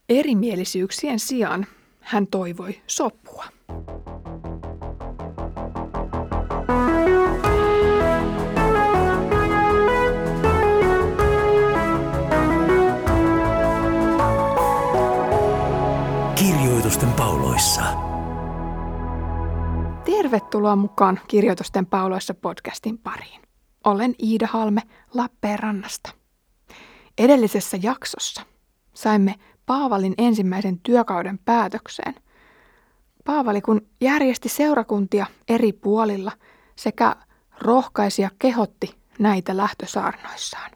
Erimielisyyksien sijaan hän toivoi sopua. Kirjoitusten pauloissa. Tervetuloa mukaan Kirjoitusten pauloissa podcastin pariin. Olen Iida Halme Lappeenrannasta. Edellisessä jaksossa saimme Paavalin ensimmäisen työkauden päätökseen. Paavali kun järjesti seurakuntia eri puolilla sekä rohkaisi ja kehotti näitä lähtösaarnoissaan.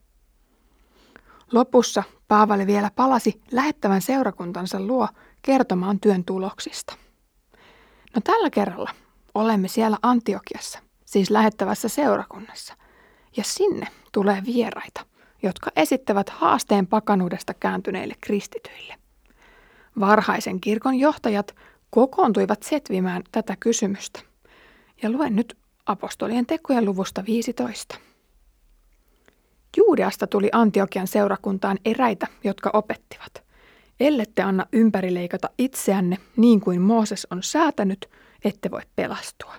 Lopussa Paavali vielä palasi lähettävän seurakuntansa luo kertomaan työn tuloksista. No tällä kerralla olemme siellä Antiokiassa, siis lähettävässä seurakunnassa, ja sinne tulee vieraita, jotka esittävät haasteen pakanuudesta kääntyneille kristityille. Varhaisen kirkon johtajat kokoontuivat setvimään tätä kysymystä, ja luen nyt apostolien tekojen luvusta 15. Juudeasta tuli Antiokian seurakuntaan eräitä, jotka opettivat: ellette anna ympärileikata itseänne niin kuin Mooses on säätänyt, ette voi pelastua.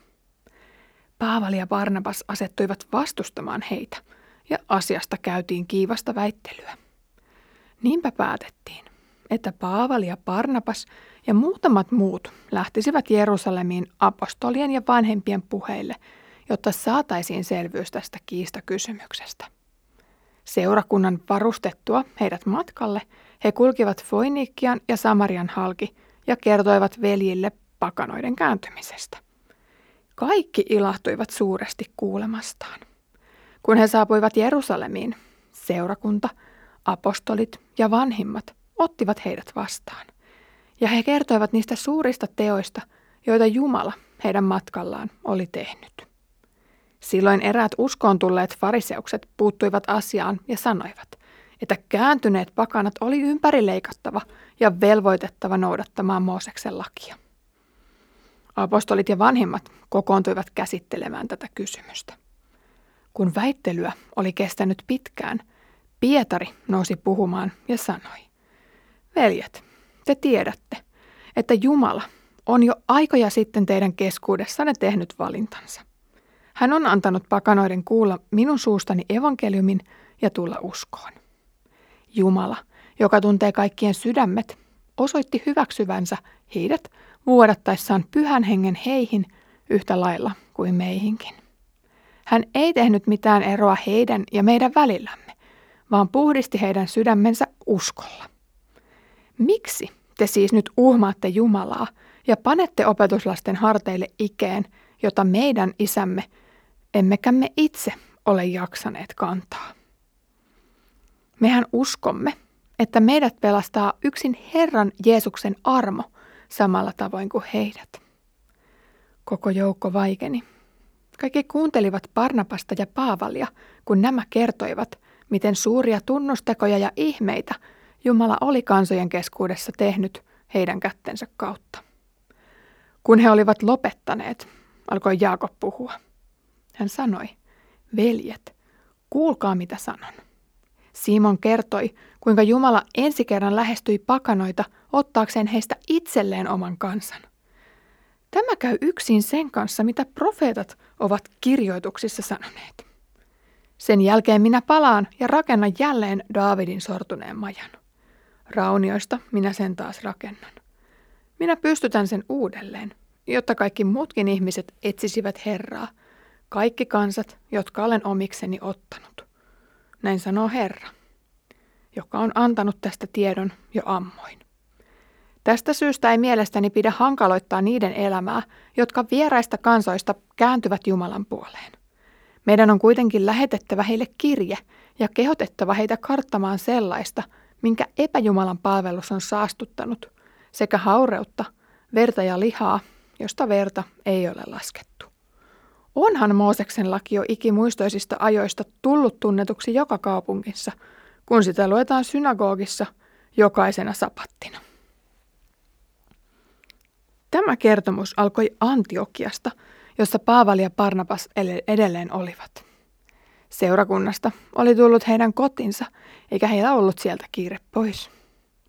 Paavali ja Barnabas asettuivat vastustamaan heitä, ja asiasta käytiin kiivasta väittelyä. Niinpä päätettiin, että Paavali ja Barnabas ja muutamat muut lähtisivät Jerusalemiin apostolien ja vanhempien puheille, jotta saataisiin selvyys tästä kiistakysymyksestä. Seurakunnan varustettua heidät matkalle, he kulkivat Foiniikkian ja Samarian halki ja kertoivat veljille pakanoiden kääntymisestä. Kaikki ilahtuivat suuresti kuulemastaan. Kun he saapuivat Jerusalemiin, seurakunta, apostolit ja vanhimmat ottivat heidät vastaan. Ja he kertoivat niistä suurista teoista, joita Jumala heidän matkallaan oli tehnyt. Silloin eräät uskoon tulleet fariseukset puuttuivat asiaan ja sanoivat, että kääntyneet pakanat oli ympärileikattava ja velvoitettava noudattamaan Mooseksen lakia. Apostolit ja vanhimmat kokoontuivat käsittelemään tätä kysymystä. Kun väittelyä oli kestänyt pitkään, Pietari nousi puhumaan ja sanoi: veljet, te tiedätte, että Jumala on jo aikoja sitten teidän keskuudessanne tehnyt valintansa. Hän on antanut pakanoiden kuulla minun suustani evankeliumin ja tulla uskoon. Jumala, joka tuntee kaikkien sydämet, osoitti hyväksyvänsä heidät vuodattaessaan Pyhän Hengen heihin yhtä lailla kuin meihinkin. Hän ei tehnyt mitään eroa heidän ja meidän välillämme, vaan puhdisti heidän sydämensä uskolla. Miksi te siis nyt uhmaatte Jumalaa ja panette opetuslasten harteille ikeen, jota meidän isämme, emmekä me itse ole jaksaneet kantaa? Mehän uskomme, että meidät pelastaa yksin Herran Jeesuksen armo samalla tavoin kuin heidät. Koko joukko vaikeni. Kaikki kuuntelivat Barnabasta ja Paavalia, kun nämä kertoivat, miten suuria tunnustekoja ja ihmeitä Jumala oli kansojen keskuudessa tehnyt heidän kättensä kautta. Kun he olivat lopettaneet, alkoi Jaakob puhua. Hän sanoi: veljet, kuulkaa mitä sanon. Simon kertoi, kuinka Jumala ensi kerran lähestyi pakanoita ottaakseen heistä itselleen oman kansan. Tämä käy yksin sen kanssa, mitä profeetat ovat kirjoituksissa sanoneet. Sen jälkeen minä palaan ja rakennan jälleen Daavidin sortuneen majan. Raunioista minä sen taas rakennan. Minä pystytän sen uudelleen, jotta kaikki muutkin ihmiset etsisivät Herraa, kaikki kansat, jotka olen omikseni ottanut. Näin sanoo Herra, joka on antanut tästä tiedon jo ammoin. Tästä syystä ei mielestäni pidä hankaloittaa niiden elämää, jotka vieraista kansoista kääntyvät Jumalan puoleen. Meidän on kuitenkin lähetettävä heille kirje ja kehotettava heitä karttamaan sellaista, minkä epäjumalan palvelus on saastuttanut, sekä haureutta, verta ja lihaa, josta verta ei ole laskettu. Onhan Mooseksen laki jo ikimuistoisista ajoista tullut tunnetuksi joka kaupungissa, kun sitä luetaan synagogissa jokaisena sapattina. Tämä kertomus alkoi Antiokiasta, jossa Paavali ja Barnabas edelleen olivat. Seurakunnasta oli tullut heidän kotinsa, eikä heillä ollut sieltä kiire pois.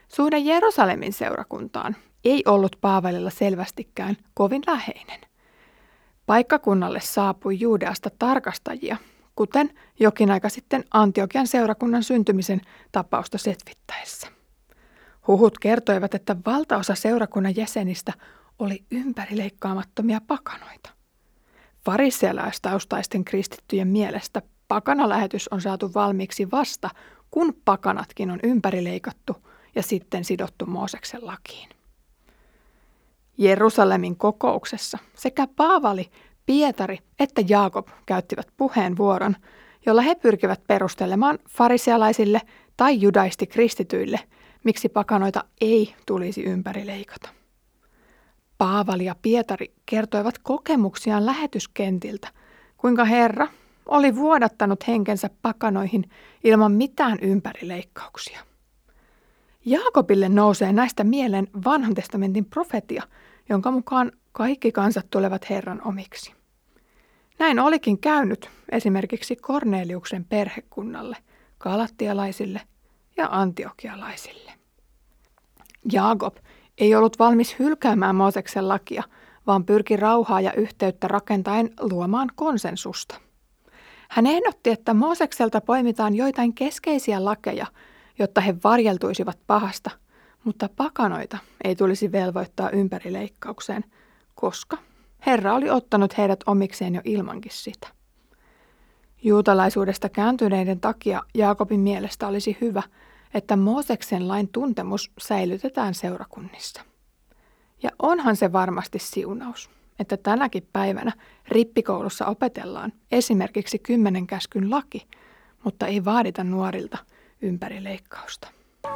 Suhde Jerusalemin seurakuntaan ei ollut Paavalilla selvästikään kovin läheinen. Paikkakunnalle saapui Juudeasta tarkastajia, kuten jokin aika sitten Antiokian seurakunnan syntymisen tapausta setvittäessä. Huhut kertoivat, että valtaosa seurakunnan jäsenistä oli ympärileikkaamattomia pakanoita. Farisealaistaustaisten kristittyjen mielestä pakanalähetys on saatu valmiiksi vasta, kun pakanatkin on ympärileikattu ja sitten sidottu Mooseksen lakiin. Jerusalemin kokouksessa sekä Paavali, Pietari että Jaakob käyttivät puheenvuoron, jolla he pyrkivät perustelemaan farisealaisille tai judaisti-kristityille, miksi pakanoita ei tulisi ympärileikata. Paavali ja Pietari kertoivat kokemuksiaan lähetyskentiltä, kuinka Herra oli vuodattanut henkensä pakanoihin ilman mitään ympärileikkauksia. Jaakobille nousee näistä mieleen vanhan testamentin profetia, jonka mukaan kaikki kansat tulevat Herran omiksi. Näin olikin käynyt esimerkiksi Korneliuksen perhekunnalle, galattialaisille ja antiokialaisille. Jaakob ei ollut valmis hylkäämään Mooseksen lakia, vaan pyrki rauhaa ja yhteyttä rakentaen luomaan konsensusta. Hän ehdotti, että Moosekselta poimitaan joitain keskeisiä lakeja, jotta he varjeltuisivat pahasta, mutta pakanoita ei tulisi velvoittaa ympärileikkaukseen, koska Herra oli ottanut heidät omikseen jo ilmankin sitä. Juutalaisuudesta kääntyneiden takia Jaakobin mielestä olisi hyvä, että Mooseksen lain tuntemus säilytetään seurakunnissa. Ja onhan se varmasti siunaus, että tänäkin päivänä rippikoulussa opetellaan esimerkiksi 10 käskyn laki, mutta ei vaadita nuorilta ympärileikkausta.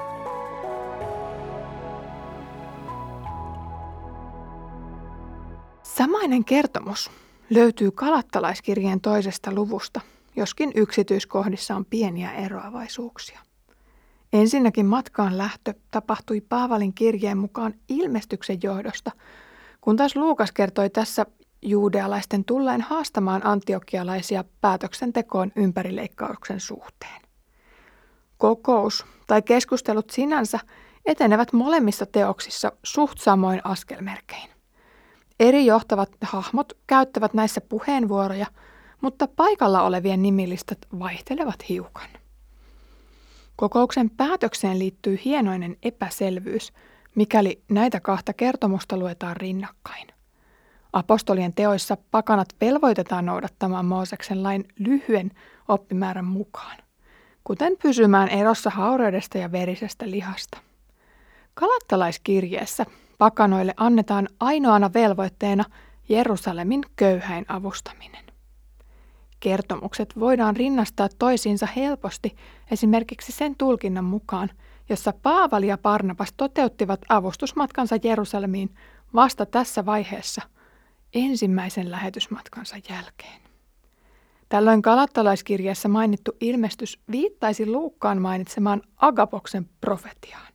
Samainen kertomus löytyy Galattalaiskirjeen 2. luvusta, joskin yksityiskohdissa on pieniä eroavaisuuksia. Ensinnäkin matkaan lähtö tapahtui Paavalin kirjeen mukaan ilmestyksen johdosta, kun taas Luukas kertoi tässä juudealaisten tulleen haastamaan antiokialaisia päätöksentekoon ympärileikkauksen suhteen. Kokous tai keskustelut sinänsä etenevät molemmissa teoksissa suht samoin askelmerkein. Eri johtavat hahmot käyttävät näissä puheenvuoroja, mutta paikalla olevien nimilistat vaihtelevat hiukan. Kokouksen päätökseen liittyy hienoinen epäselvyys, mikäli näitä kahta kertomusta luetaan rinnakkain. Apostolien teoissa pakanat velvoitetaan noudattamaan Mooseksen lain lyhyen oppimäärän mukaan, kuten pysymään erossa haureudesta ja verisestä lihasta. Galattalaiskirjeessä pakanoille annetaan ainoana velvoitteena Jerusalemin köyhäin avustaminen. Kertomukset voidaan rinnastaa toisiinsa helposti esimerkiksi sen tulkinnan mukaan, jossa Paavali ja Barnabas toteuttivat avustusmatkansa Jerusalemiin vasta tässä vaiheessa ensimmäisen lähetysmatkansa jälkeen. Tällöin Galattalaiskirjeessä mainittu ilmestys viittaisi Luukkaan mainitsemaan Agapoksen profetiaan.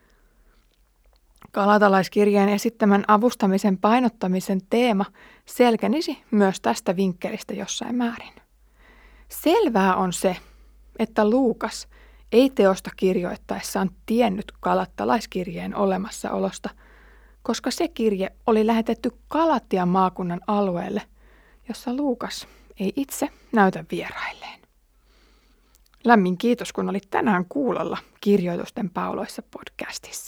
Galattalaiskirjeen esittämän avustamisen painottamisen teema selkenisi myös tästä vinkkelistä jossain määrin. Selvää on se, että Luukas ei teosta kirjoittaessaan tiennyt Galattalaiskirjeen olemassaolosta, koska se kirje oli lähetetty Galatian maakunnan alueelle, jossa Luukas ei itse näytä vierailleen. Lämmin kiitos, kun olit tänään kuulolla Kirjoitusten pauloissa podcastissa.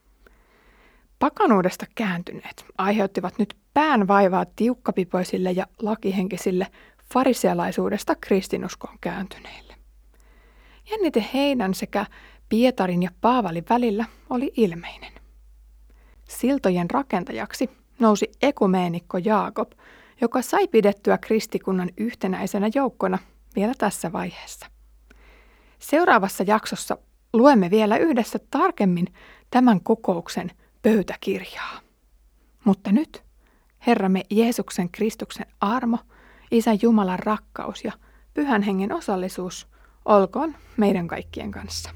Pakanuudesta kääntyneet aiheuttivat nyt päänvaivaa tiukkapipoisille ja lakihenkisille farisealaisuudesta kristinuskoon kääntyneille. Jännite heidän sekä Pietarin ja Paavalin välillä oli ilmeinen. Siltojen rakentajaksi nousi ekumeenikko Jaakob, joka sai pidettyä kristikunnan yhtenäisenä joukkona vielä tässä vaiheessa. Seuraavassa jaksossa luemme vielä yhdessä tarkemmin tämän kokouksen pöytäkirjaa. Mutta nyt Herramme Jeesuksen Kristuksen armo, Isä Jumalan rakkaus ja Pyhän Hengen osallisuus olkoon meidän kaikkien kanssa.